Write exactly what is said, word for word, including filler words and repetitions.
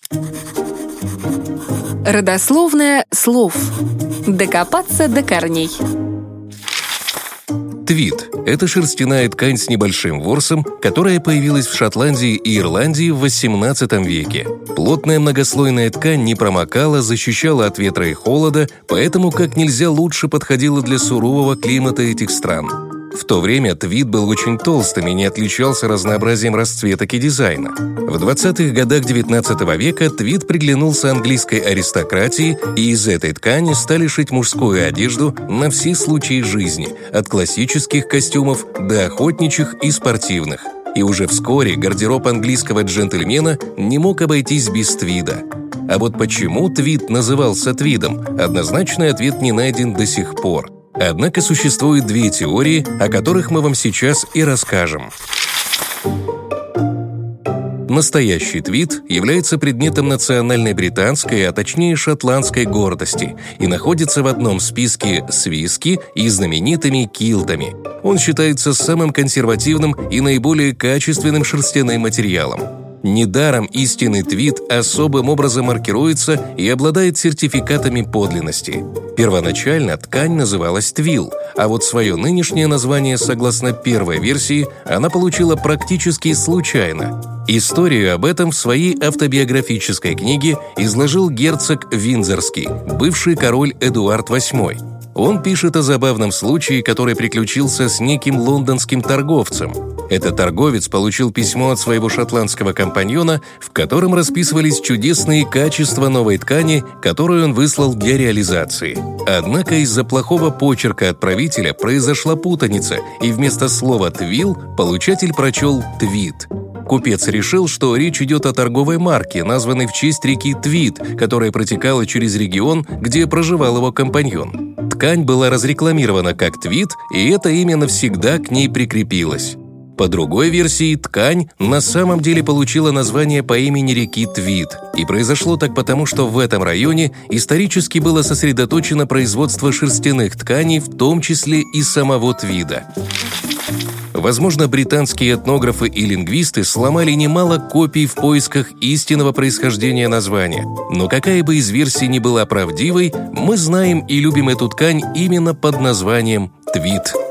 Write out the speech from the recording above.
Родословное слов. Докопаться до корней. Твид – это шерстяная ткань с небольшим ворсом, которая появилась в Шотландии и Ирландии в восемнадцатом веке. Плотная многослойная ткань не промокала, защищала от ветра и холода, поэтому как нельзя лучше подходила для сурового климата этих стран. В то время твид был очень толстым и не отличался разнообразием расцветок и дизайна. В двадцатых годах девятнадцатого века твид приглянулся английской аристократии, и из этой ткани стали шить мужскую одежду на все случаи жизни, от классических костюмов до охотничьих и спортивных. И уже вскоре гардероб английского джентльмена не мог обойтись без твида. А вот почему твид назывался твидом, однозначный ответ не найден до сих пор. Однако существует две теории, о которых мы вам сейчас и расскажем. Настоящий твид является предметом национальной британской, а точнее шотландской гордости и находится в одном списке с виски и знаменитыми килтами. Он считается самым консервативным и наиболее качественным шерстяным материалом. Недаром истинный твид особым образом маркируется и обладает сертификатами подлинности. Первоначально ткань называлась твил, а вот свое нынешнее название, согласно первой версии, она получила практически случайно. Историю об этом в своей автобиографической книге изложил герцог Виндзорский, бывший король Эдуард восьмой. Он пишет о забавном случае, который приключился с неким лондонским торговцем. Этот торговец получил письмо от своего шотландского компаньона, в котором расписывались чудесные качества новой ткани, которую он выслал для реализации. Однако из-за плохого почерка отправителя произошла путаница, и вместо слова «твил» получатель прочел «твид». Купец решил, что речь идет о торговой марке, названной в честь реки Твид, которая протекала через регион, где проживал его компаньон. Ткань была разрекламирована как твид, и это имя навсегда к ней прикрепилось. По другой версии, ткань на самом деле получила название по имени реки Твид. И произошло так потому, что в этом районе исторически было сосредоточено производство шерстяных тканей, в том числе и самого твида. Возможно, британские этнографы и лингвисты сломали немало копий в поисках истинного происхождения названия. Но какая бы из версий ни была правдивой, мы знаем и любим эту ткань именно под названием твид.